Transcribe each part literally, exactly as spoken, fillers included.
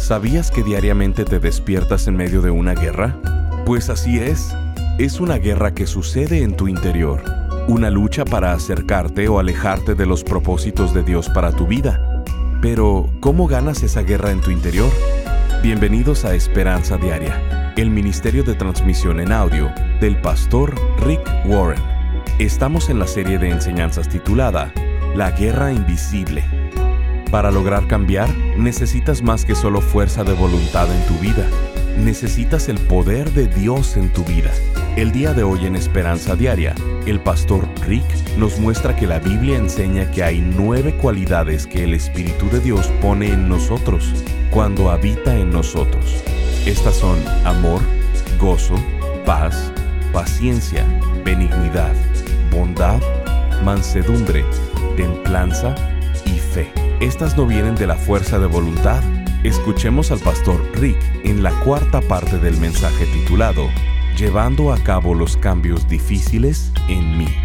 ¿Sabías que diariamente te despiertas en medio de una guerra? Pues así es. Es una guerra que sucede en tu interior. Una lucha para acercarte o alejarte de los propósitos de Dios para tu vida. Pero, ¿cómo ganas esa guerra en tu interior? Bienvenidos a Esperanza Diaria, el ministerio de transmisión en audio del pastor Rick Warren. Estamos en la serie de enseñanzas titulada La Guerra Invisible. Para lograr cambiar, necesitas más que solo fuerza de voluntad en tu vida. Necesitas el poder de Dios en tu vida. El día de hoy en Esperanza Diaria, el pastor Rick nos muestra que la Biblia enseña que hay nueve cualidades que el Espíritu de Dios pone en nosotros cuando habita en nosotros. Estas son amor, gozo, paz, paciencia, benignidad, bondad, mansedumbre, templanza y fe. Estas no vienen de la fuerza de voluntad. Escuchemos al pastor Rick en la cuarta parte del mensaje titulado Llevando a cabo los cambios difíciles en mí.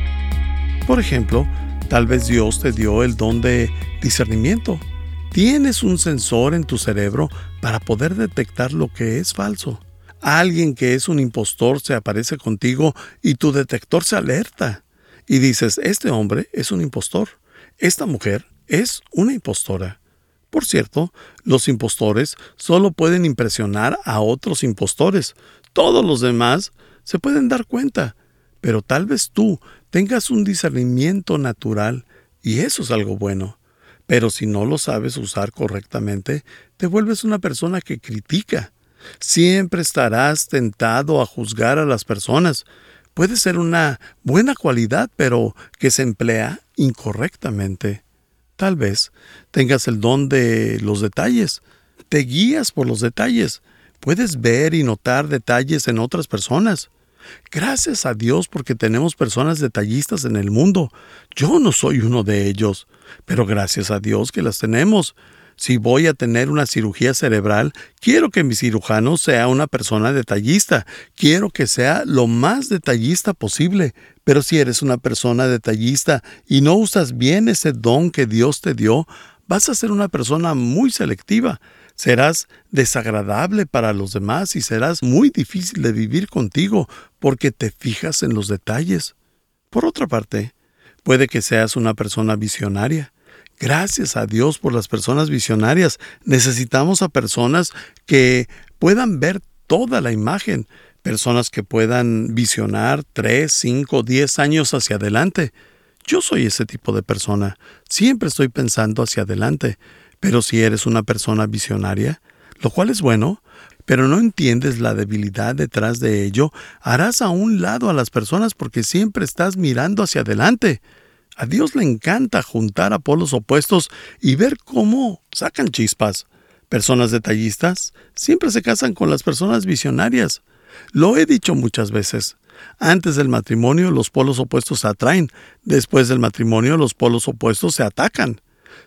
Por ejemplo, tal vez Dios te dio el don de discernimiento. Tienes un sensor en tu cerebro para poder detectar lo que es falso. Alguien que es un impostor se aparece contigo y tu detector se alerta. Y dices, este hombre es un impostor. Esta mujer es una impostora. Por cierto, los impostores solo pueden impresionar a otros impostores. Todos los demás se pueden dar cuenta, pero tal vez tú tengas un discernimiento natural y eso es algo bueno. Pero si no lo sabes usar correctamente, te vuelves una persona que critica. Siempre estarás tentado a juzgar a las personas. Puede ser una buena cualidad, pero que se emplea incorrectamente. Tal vez tengas el don de los detalles. Te guías por los detalles. Puedes ver y notar detalles en otras personas. Gracias a Dios porque tenemos personas detallistas en el mundo. Yo no soy uno de ellos, pero gracias a Dios que las tenemos. Si voy a tener una cirugía cerebral, quiero que mi cirujano sea una persona detallista. Quiero que sea lo más detallista posible. Pero si eres una persona detallista y no usas bien ese don que Dios te dio, vas a ser una persona muy selectiva. Serás desagradable para los demás y serás muy difícil de vivir contigo porque te fijas en los detalles. Por otra parte, puede que seas una persona visionaria. Gracias a Dios por las personas visionarias. Necesitamos a personas que puedan ver toda la imagen, personas que puedan visionar tres, cinco, diez años hacia adelante. Yo soy ese tipo de persona. Siempre estoy pensando hacia adelante. Pero si eres una persona visionaria, lo cual es bueno, pero no entiendes la debilidad detrás de ello, harás a un lado a las personas porque siempre estás mirando hacia adelante. A Dios le encanta juntar a polos opuestos y ver cómo sacan chispas. Personas detallistas siempre se casan con las personas visionarias. Lo he dicho muchas veces. Antes del matrimonio los polos opuestos se atraen. Después del matrimonio los polos opuestos se atacan.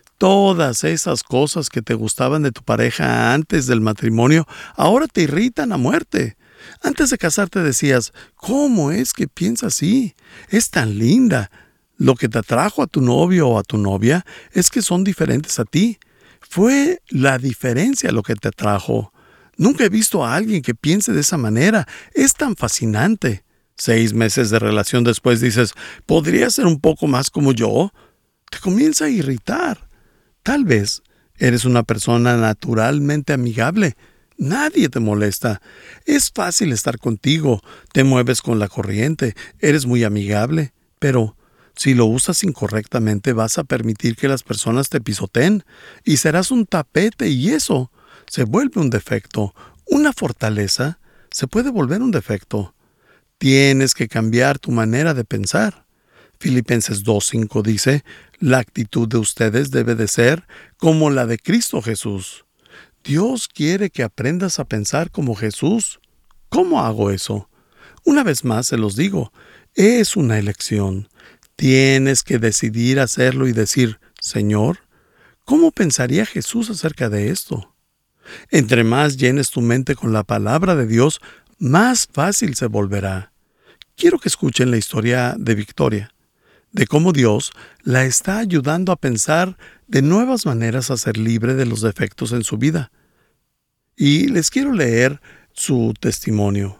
Todas esas cosas que te gustaban de tu pareja antes del matrimonio, ahora te irritan a muerte. Antes de casarte decías, ¿cómo es que piensa así? Es tan linda. Lo que te atrajo a tu novio o a tu novia es que son diferentes a ti. Fue la diferencia lo que te atrajo. Nunca he visto a alguien que piense de esa manera. Es tan fascinante. Seis meses de relación después dices, ¿podría ser un poco más como yo? Te comienza a irritar. Tal vez eres una persona naturalmente amigable. Nadie te molesta. Es fácil estar contigo. Te mueves con la corriente. Eres muy amigable. Pero si lo usas incorrectamente, vas a permitir que las personas te pisoteen y serás un tapete y eso se vuelve un defecto. Una fortaleza se puede volver un defecto. Tienes que cambiar tu manera de pensar. Filipenses dos cinco dice, la actitud de ustedes debe de ser como la de Cristo Jesús. Dios quiere que aprendas a pensar como Jesús. ¿Cómo hago eso? Una vez más se los digo, es una elección. Tienes que decidir hacerlo y decir, Señor, ¿cómo pensaría Jesús acerca de esto? Entre más llenes tu mente con la palabra de Dios, más fácil se volverá. Quiero que escuchen la historia de Victoria, de cómo Dios la está ayudando a pensar de nuevas maneras a ser libre de los defectos en su vida. Y les quiero leer su testimonio.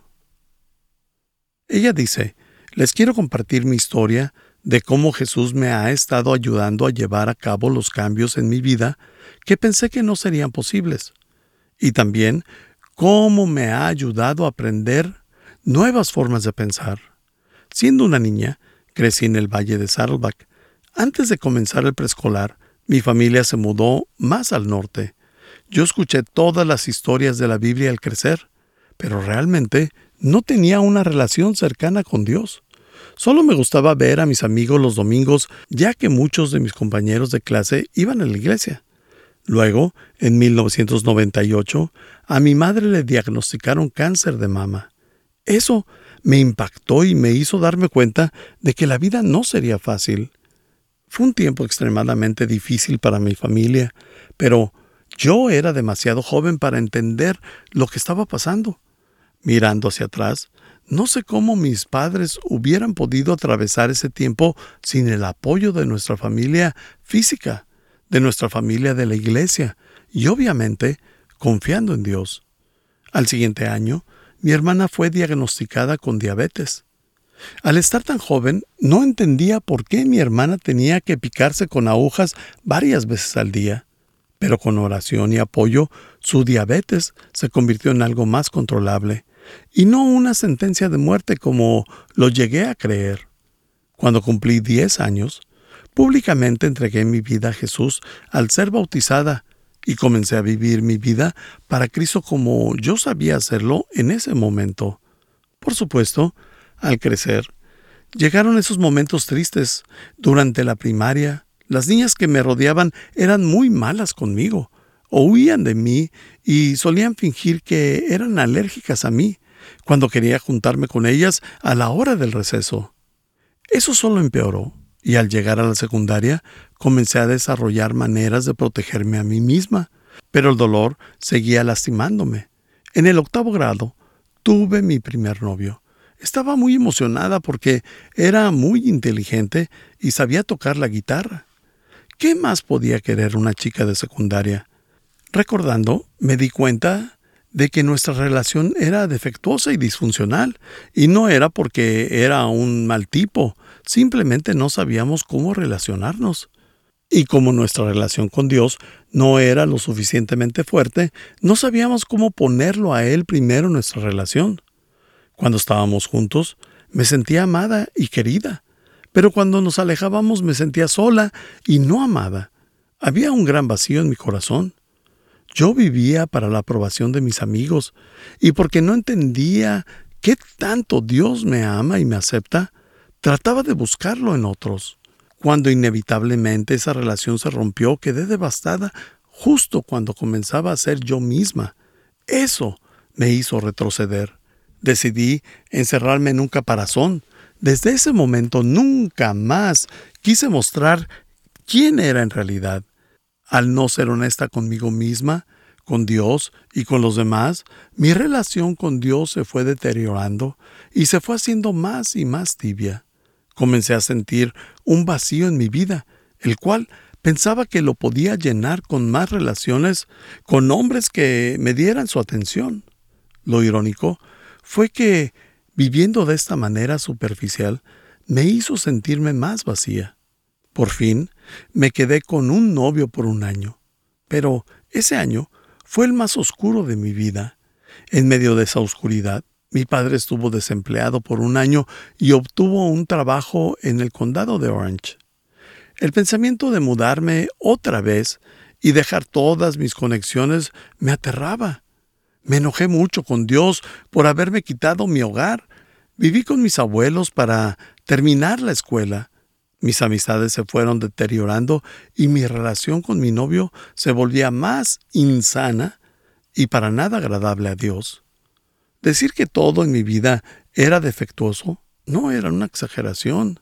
Ella dice, les quiero compartir mi historia de cómo Jesús me ha estado ayudando a llevar a cabo los cambios en mi vida que pensé que no serían posibles. Y también cómo me ha ayudado a aprender nuevas formas de pensar. Siendo una niña, crecí en el Valle de Saddleback. Antes de comenzar el preescolar, mi familia se mudó más al norte. Yo escuché todas las historias de la Biblia al crecer, pero realmente no tenía una relación cercana con Dios. Solo me gustaba ver a mis amigos los domingos, ya que muchos de mis compañeros de clase iban a la iglesia. Luego, en mil novecientos noventa y ocho, a mi madre le diagnosticaron cáncer de mama. Eso me impactó y me hizo darme cuenta de que la vida no sería fácil. Fue un tiempo extremadamente difícil para mi familia, pero yo era demasiado joven para entender lo que estaba pasando. Mirando hacia atrás, no sé cómo mis padres hubieran podido atravesar ese tiempo sin el apoyo de nuestra familia física, de nuestra familia de la iglesia y obviamente confiando en Dios. Al siguiente año, mi hermana fue diagnosticada con diabetes. Al estar tan joven, no entendía por qué mi hermana tenía que picarse con agujas varias veces al día. Pero con oración y apoyo, su diabetes se convirtió en algo más controlable, y no una sentencia de muerte como lo llegué a creer. Cuando cumplí diez años, públicamente entregué mi vida a Jesús al ser bautizada y comencé a vivir mi vida para Cristo como yo sabía hacerlo en ese momento. Por supuesto, al crecer, llegaron esos momentos tristes. Durante la primaria, las niñas que me rodeaban eran muy malas conmigo, o huían de mí y solían fingir que eran alérgicas a mí cuando quería juntarme con ellas a la hora del receso. Eso solo empeoró, y al llegar a la secundaria comencé a desarrollar maneras de protegerme a mí misma, pero el dolor seguía lastimándome. En el octavo grado tuve mi primer novio. Estaba muy emocionada porque era muy inteligente y sabía tocar la guitarra. ¿Qué más podía querer una chica de secundaria? Recordando, me di cuenta de que nuestra relación era defectuosa y disfuncional, y no era porque era un mal tipo, simplemente no sabíamos cómo relacionarnos. Y como nuestra relación con Dios no era lo suficientemente fuerte, no sabíamos cómo ponerlo a Él primero en nuestra relación. Cuando estábamos juntos, me sentía amada y querida, pero cuando nos alejábamos me sentía sola y no amada. Había un gran vacío en mi corazón. Yo vivía para la aprobación de mis amigos, y porque no entendía qué tanto Dios me ama y me acepta, trataba de buscarlo en otros. Cuando inevitablemente esa relación se rompió, quedé devastada justo cuando comenzaba a ser yo misma. Eso me hizo retroceder. Decidí encerrarme en un caparazón. Desde ese momento nunca más quise mostrar quién era en realidad. Al no ser honesta conmigo misma, con Dios y con los demás, mi relación con Dios se fue deteriorando y se fue haciendo más y más tibia. Comencé a sentir un vacío en mi vida, el cual pensaba que lo podía llenar con más relaciones con hombres que me dieran su atención. Lo irónico fue que, viviendo de esta manera superficial, me hizo sentirme más vacía. Por fin, me quedé con un novio por un año, pero ese año fue el más oscuro de mi vida. En medio de esa oscuridad, mi padre estuvo desempleado por un año y obtuvo un trabajo en el condado de Orange. El pensamiento de mudarme otra vez y dejar todas mis conexiones me aterraba. Me enojé mucho con Dios por haberme quitado mi hogar. Viví con mis abuelos para terminar la escuela. Mis amistades se fueron deteriorando y mi relación con mi novio se volvía más insana y para nada agradable a Dios. Decir que todo en mi vida era defectuoso no era una exageración.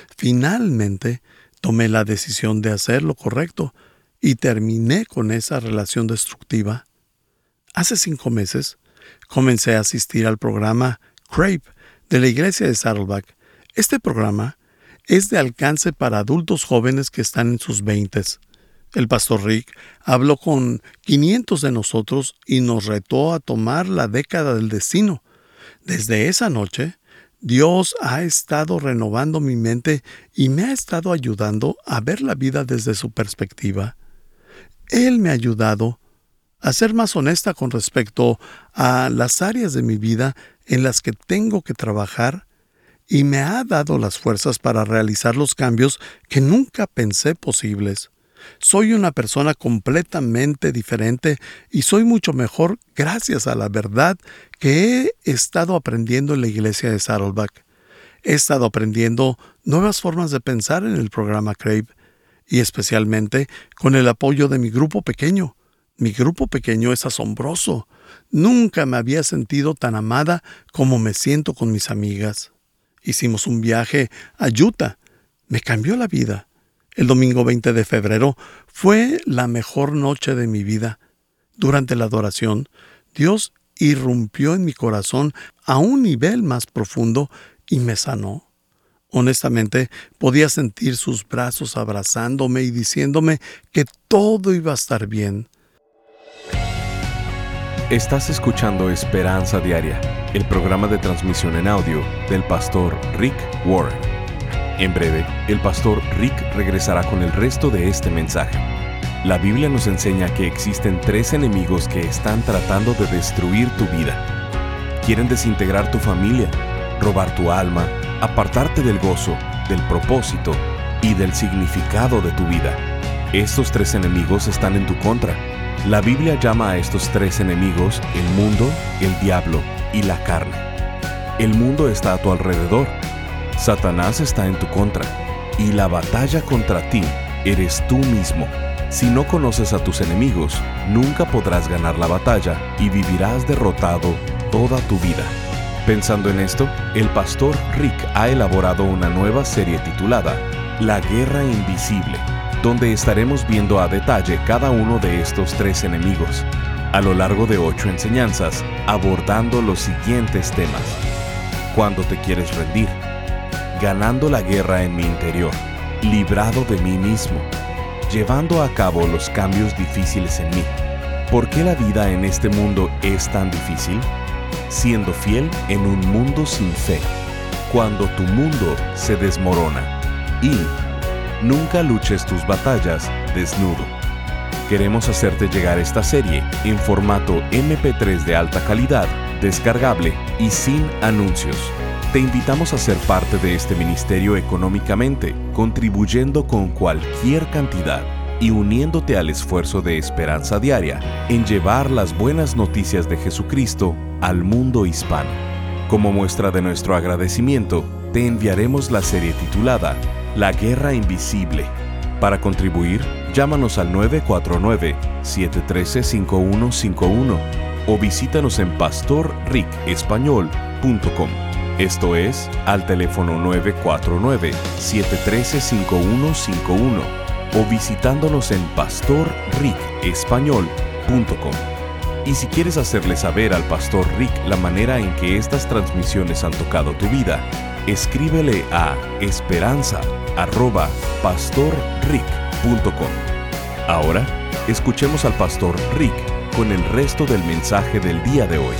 Finalmente tomé la decisión de hacer lo correcto y terminé con esa relación destructiva. Hace cinco meses comencé a asistir al programa CRAPE de la iglesia de Saddleback. Este programa es de alcance para adultos jóvenes que están en sus veintes. El pastor Rick habló con quinientos de nosotros y nos retó a tomar la década del destino. Desde esa noche, Dios ha estado renovando mi mente y me ha estado ayudando a ver la vida desde su perspectiva. Él me ha ayudado a ser más honesta con respecto a las áreas de mi vida en las que tengo que trabajar y me ha dado las fuerzas para realizar los cambios que nunca pensé posibles. Soy una persona completamente diferente y soy mucho mejor gracias a la verdad que he estado aprendiendo en la iglesia de Saddleback. He estado aprendiendo nuevas formas de pensar en el programa Crave y especialmente con el apoyo de mi grupo pequeño. Mi grupo pequeño es asombroso. Nunca me había sentido tan amada como me siento con mis amigas. Hicimos un viaje a Utah. Me cambió la vida. El domingo veinte de febrero fue la mejor noche de mi vida. Durante la adoración, Dios irrumpió en mi corazón a un nivel más profundo y me sanó. Honestamente, podía sentir sus brazos abrazándome y diciéndome que todo iba a estar bien. Estás escuchando Esperanza Diaria, el programa de transmisión en audio del pastor Rick Warren. En breve, el pastor Rick regresará con el resto de este mensaje. La Biblia nos enseña que existen tres enemigos que están tratando de destruir tu vida. Quieren desintegrar tu familia, robar tu alma, apartarte del gozo, del propósito y del significado de tu vida. Estos tres enemigos están en tu contra. La Biblia llama a estos tres enemigos el mundo, el diablo y la carne. El mundo está a tu alrededor. Satanás está en tu contra. Y la batalla contra ti eres tú mismo. Si no conoces a tus enemigos, nunca podrás ganar la batalla y vivirás derrotado toda tu vida. Pensando en esto, el pastor Rick ha elaborado una nueva serie titulada La Guerra Invisible, donde estaremos viendo a detalle cada uno de estos tres enemigos, a lo largo de ocho enseñanzas, abordando los siguientes temas. Cuando te quieres rendir, ganando la guerra en mi interior, librado de mí mismo, llevando a cabo los cambios difíciles en mí. ¿Por qué la vida en este mundo es tan difícil? Siendo fiel en un mundo sin fe, cuando tu mundo se desmorona y nunca luches tus batallas desnudo. Queremos hacerte llegar esta serie en formato eme pe tres de alta calidad, descargable y sin anuncios. Te invitamos a ser parte de este ministerio económicamente, contribuyendo con cualquier cantidad y uniéndote al esfuerzo de Esperanza Diaria en llevar las buenas noticias de Jesucristo al mundo hispano. Como muestra de nuestro agradecimiento, te enviaremos la serie titulada La Guerra Invisible. Para contribuir, llámanos al nueve cuatro nueve, siete uno tres, cinco uno cinco uno o visítanos en pastor rick español punto com. Esto es, al teléfono nueve cuatro nueve, siete uno tres, cinco uno cinco uno o visitándonos en pastor rick español punto com. Y si quieres hacerle saber al pastor Rick la manera en que estas transmisiones han tocado tu vida, escríbele a esperanza arroba pastor rick punto com. Ahora, escuchemos al pastor Rick con el resto del mensaje del día de hoy.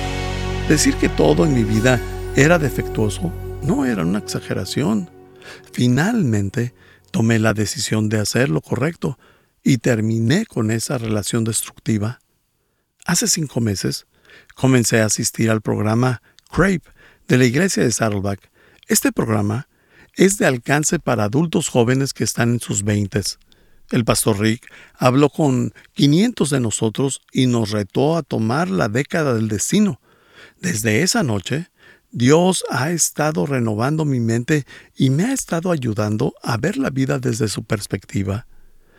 Decir que todo en mi vida era defectuoso no era una exageración. Finalmente, tomé la decisión de hacer lo correcto y terminé con esa relación destructiva. Hace cinco meses, comencé a asistir al programa Crave de la iglesia de Saddleback. Este programa es de alcance para adultos jóvenes que están en sus veintes. El pastor Rick habló con quinientos de nosotros y nos retó a tomar la década del destino. Desde esa noche, Dios ha estado renovando mi mente y me ha estado ayudando a ver la vida desde su perspectiva.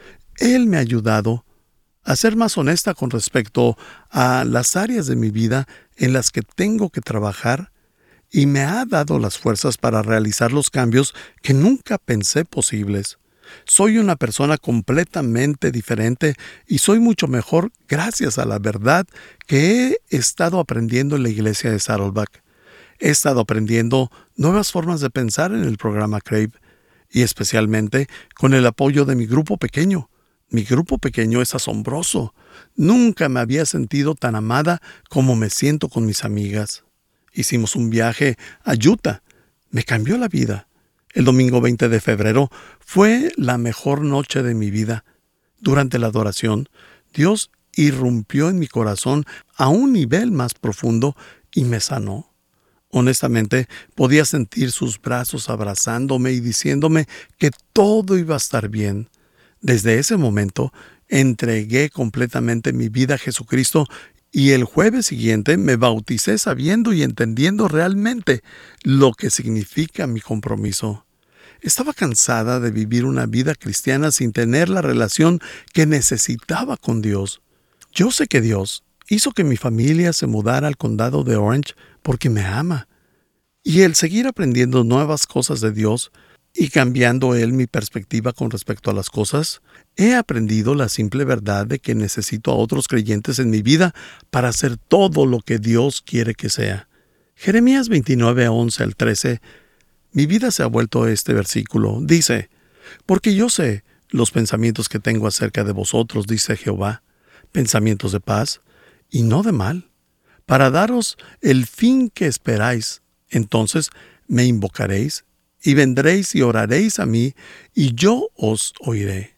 Él me ha ayudado a ser más honesta con respecto a las áreas de mi vida en las que tengo que trabajar y me ha dado las fuerzas para realizar los cambios que nunca pensé posibles. Soy una persona completamente diferente y soy mucho mejor gracias a la verdad que he estado aprendiendo en la iglesia de Saddleback. He estado aprendiendo nuevas formas de pensar en el programa Crave y especialmente con el apoyo de mi grupo pequeño. Mi grupo pequeño es asombroso. Nunca me había sentido tan amada como me siento con mis amigas. Hicimos un viaje a Utah. Me cambió la vida. El domingo veinte de febrero fue la mejor noche de mi vida. Durante la adoración, Dios irrumpió en mi corazón a un nivel más profundo y me sanó. Honestamente, podía sentir sus brazos abrazándome y diciéndome que todo iba a estar bien. Desde ese momento, entregué completamente mi vida a Jesucristo y el jueves siguiente me bauticé sabiendo y entendiendo realmente lo que significa mi compromiso. Estaba cansada de vivir una vida cristiana sin tener la relación que necesitaba con Dios. Yo sé que Dios hizo que mi familia se mudara al condado de Orange porque me ama. Y el seguir aprendiendo nuevas cosas de Dios y cambiando Él mi perspectiva con respecto a las cosas, he aprendido la simple verdad de que necesito a otros creyentes en mi vida para hacer todo lo que Dios quiere que sea. Jeremías veintinueve, once al trece, mi vida se ha vuelto a este versículo. Dice, porque yo sé los pensamientos que tengo acerca de vosotros, dice Jehová, pensamientos de paz y no de mal, para daros el fin que esperáis. Entonces me invocaréis y vendréis y oraréis a mí, y yo os oiré.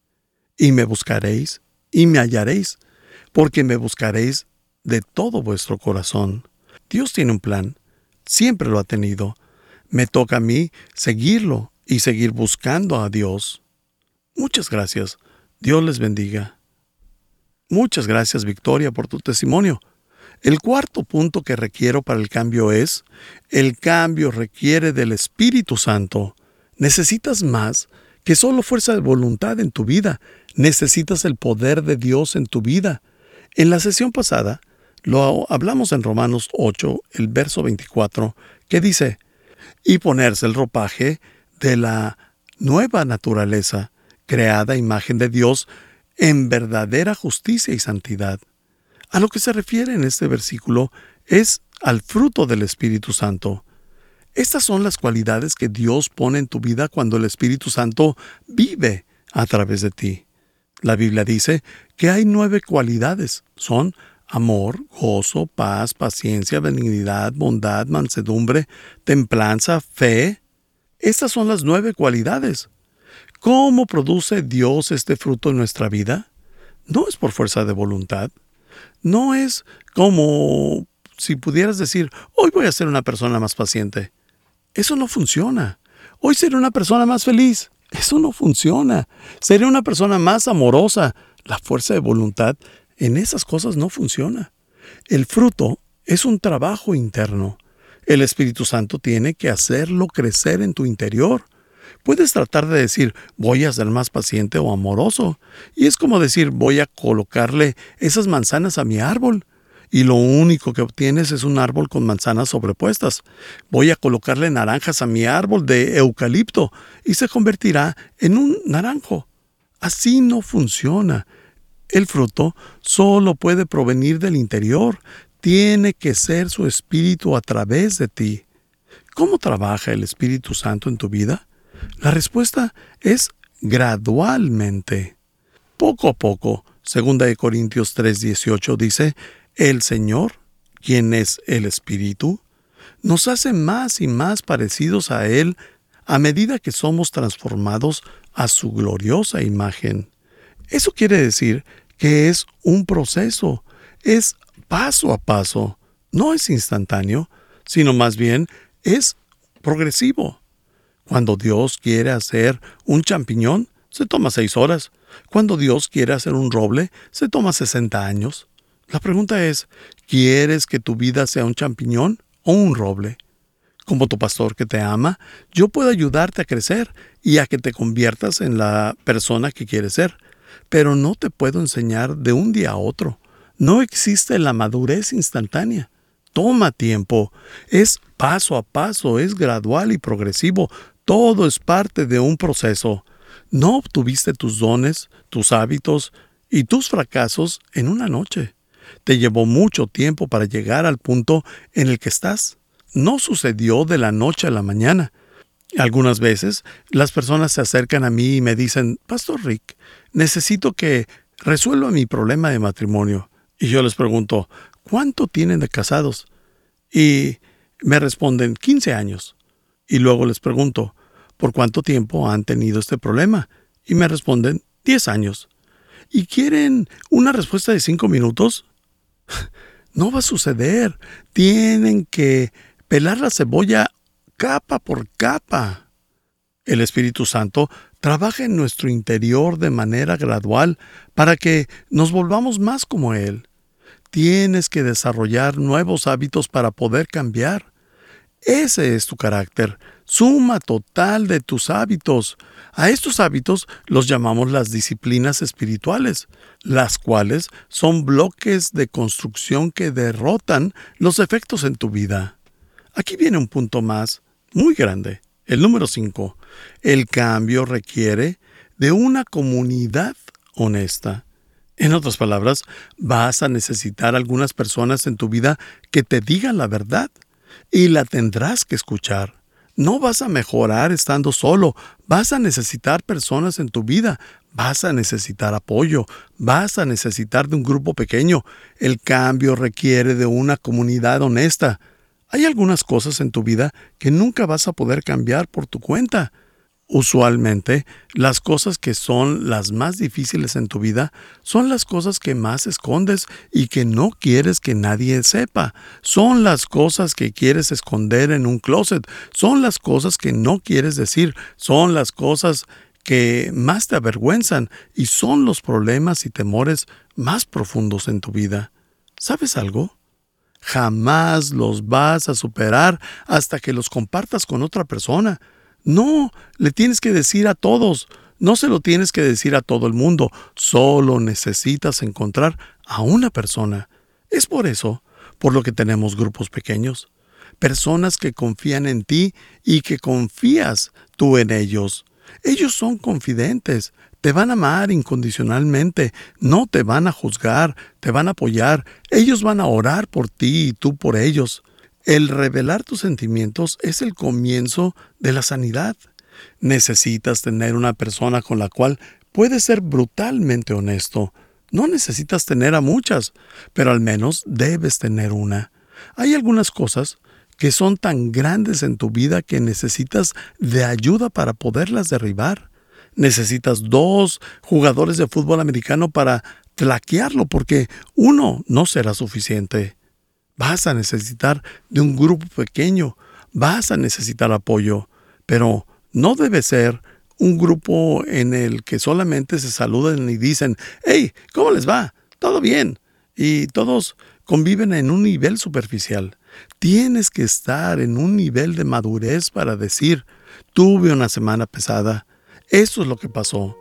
Y me buscaréis y me hallaréis, porque me buscaréis de todo vuestro corazón. Dios tiene un plan, siempre lo ha tenido. Me toca a mí seguirlo y seguir buscando a Dios. Muchas gracias. Dios les bendiga. Muchas gracias, Victoria, por tu testimonio. El cuarto punto que requiero para el cambio es, el cambio requiere del Espíritu Santo. Necesitas más que solo fuerza de voluntad en tu vida. Necesitas el poder de Dios en tu vida. En la sesión pasada, lo hablamos en Romanos ocho, el verso veinticuatro, que dice, y ponerse el ropaje de la nueva naturaleza, creada a imagen de Dios, en verdadera justicia y santidad. A lo que se refiere en este versículo es al fruto del Espíritu Santo. Estas son las cualidades que Dios pone en tu vida cuando el Espíritu Santo vive a través de ti. La Biblia dice que hay nueve cualidades. Son amor, gozo, paz, paciencia, benignidad, bondad, mansedumbre, templanza, fe. Estas son las nueve cualidades. ¿Cómo produce Dios este fruto en nuestra vida? No es por fuerza de voluntad. No es como si pudieras decir, hoy voy a ser una persona más paciente. Eso no funciona. Hoy seré una persona más feliz. Eso no funciona. Seré una persona más amorosa. La fuerza de voluntad en esas cosas no funciona. El fruto es un trabajo interno. El Espíritu Santo tiene que hacerlo crecer en tu interior. Puedes tratar de decir, voy a ser más paciente o amoroso. Y es como decir, voy a colocarle esas manzanas a mi árbol. Y lo único que obtienes es un árbol con manzanas sobrepuestas. Voy a colocarle naranjas a mi árbol de eucalipto y se convertirá en un naranjo. Así no funciona. El fruto solo puede provenir del interior. Tiene que ser su Espíritu a través de ti. ¿Cómo trabaja el Espíritu Santo en tu vida? La respuesta es gradualmente. Poco a poco, segunda de Corintios tres dieciocho dice, el Señor, quien es el Espíritu, nos hace más y más parecidos a Él a medida que somos transformados a su gloriosa imagen. Eso quiere decir que es un proceso, es paso a paso, no es instantáneo, sino más bien es progresivo. Cuando Dios quiere hacer un champiñón, se toma seis horas. Cuando Dios quiere hacer un roble, se toma sesenta años. La pregunta es, ¿quieres que tu vida sea un champiñón o un roble? Como tu pastor que te ama, yo puedo ayudarte a crecer y a que te conviertas en la persona que quieres ser, pero no te puedo enseñar de un día a otro. No existe la madurez instantánea. Toma tiempo. Es paso a paso, es gradual y progresivo. Todo es parte de un proceso. No obtuviste tus dones, tus hábitos y tus fracasos en una noche. Te llevó mucho tiempo para llegar al punto en el que estás. No sucedió de la noche a la mañana. Algunas veces las personas se acercan a mí y me dicen, Pastor Rick, necesito que resuelva mi problema de matrimonio. Y yo les pregunto, ¿cuánto tienen de casados? Y me responden, quince años. Y luego les pregunto, ¿por cuánto tiempo han tenido este problema? Y me responden, diez años. ¿Y quieren una respuesta de cinco minutos? No va a suceder. Tienen que pelar la cebolla capa por capa. El Espíritu Santo trabaja en nuestro interior de manera gradual para que nos volvamos más como Él. Tienes que desarrollar nuevos hábitos para poder cambiar. Ese es tu carácter, suma total de tus hábitos. A estos hábitos los llamamos las disciplinas espirituales, las cuales son bloques de construcción que derrotan los efectos en tu vida. Aquí viene un punto más, muy grande, el número cinco. El cambio requiere de una comunidad honesta. En otras palabras, vas a necesitar algunas personas en tu vida que te digan la verdad. Y la tendrás que escuchar. No vas a mejorar estando solo. Vas a necesitar personas en tu vida. Vas a necesitar apoyo. Vas a necesitar de un grupo pequeño. El cambio requiere de una comunidad honesta. Hay algunas cosas en tu vida que nunca vas a poder cambiar por tu cuenta. Usualmente, las cosas que son las más difíciles en tu vida son las cosas que más escondes y que no quieres que nadie sepa. Son las cosas que quieres esconder en un closet. Son las cosas que no quieres decir. Son las cosas que más te avergüenzan y son los problemas y temores más profundos en tu vida. ¿Sabes algo? Jamás los vas a superar hasta que los compartas con otra persona. No, le tienes que decir a todos. No se lo tienes que decir a todo el mundo. Solo necesitas encontrar a una persona. Es por eso, por lo que tenemos grupos pequeños. Personas que confían en ti y que confías tú en ellos. Ellos son confidentes. Te van a amar incondicionalmente. No te van a juzgar. Te van a apoyar. Ellos van a orar por ti y tú por ellos. El revelar tus sentimientos es el comienzo de la sanidad. Necesitas tener una persona con la cual puedes ser brutalmente honesto. No necesitas tener a muchas, pero al menos debes tener una. Hay algunas cosas que son tan grandes en tu vida que necesitas de ayuda para poderlas derribar. Necesitas dos jugadores de fútbol americano para tlaquearlo porque uno no será suficiente. Vas a necesitar de un grupo pequeño, vas a necesitar apoyo, pero no debe ser un grupo en el que solamente se saludan y dicen, «Hey, ¿cómo les va? ¿Todo bien?» Y todos conviven en un nivel superficial. Tienes que estar en un nivel de madurez para decir, «Tuve una semana pesada. Eso es lo que pasó».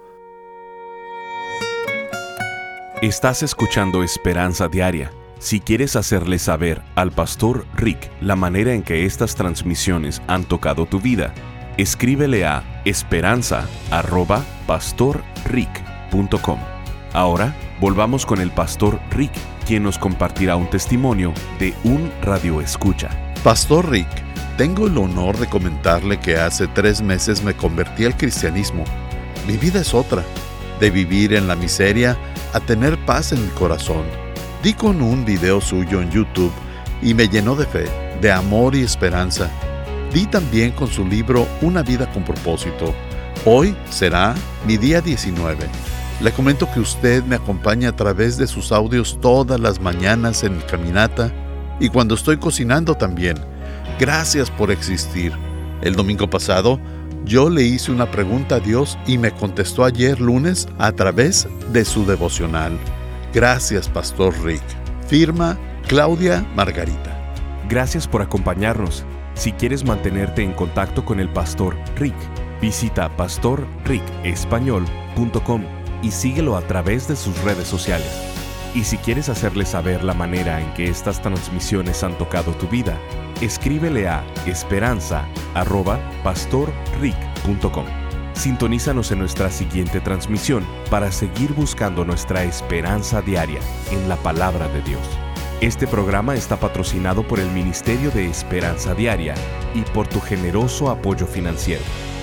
Estás escuchando Esperanza Diaria. Si quieres hacerle saber al Pastor Rick la manera en que estas transmisiones han tocado tu vida, escríbele a esperanza arroba pastor rick punto com. Ahora, volvamos con el Pastor Rick, quien nos compartirá un testimonio de un radioescucha. Pastor Rick, tengo el honor de comentarle que hace tres meses me convertí al cristianismo. Mi vida es otra, de vivir en la miseria a tener paz en mi corazón. Di con un video suyo en YouTube y me llenó de fe, de amor y esperanza. Di también con su libro Una vida con propósito. Hoy será mi día diecinueve. Le comento que usted me acompaña a través de sus audios todas las mañanas en mi caminata y cuando estoy cocinando también. Gracias por existir. El domingo pasado, yo le hice una pregunta a Dios y me contestó ayer lunes a través de su devocional. Gracias, Pastor Rick. Firma Claudia Margarita. Gracias por acompañarnos. Si quieres mantenerte en contacto con el Pastor Rick, visita pastor rick español punto com y síguelo a través de sus redes sociales. Y si quieres hacerle saber la manera en que estas transmisiones han tocado tu vida, escríbele a esperanza arroba pastor rick punto com. Sintonízanos en nuestra siguiente transmisión para seguir buscando nuestra esperanza diaria en la palabra de Dios. Este programa está patrocinado por el Ministerio de Esperanza Diaria y por tu generoso apoyo financiero.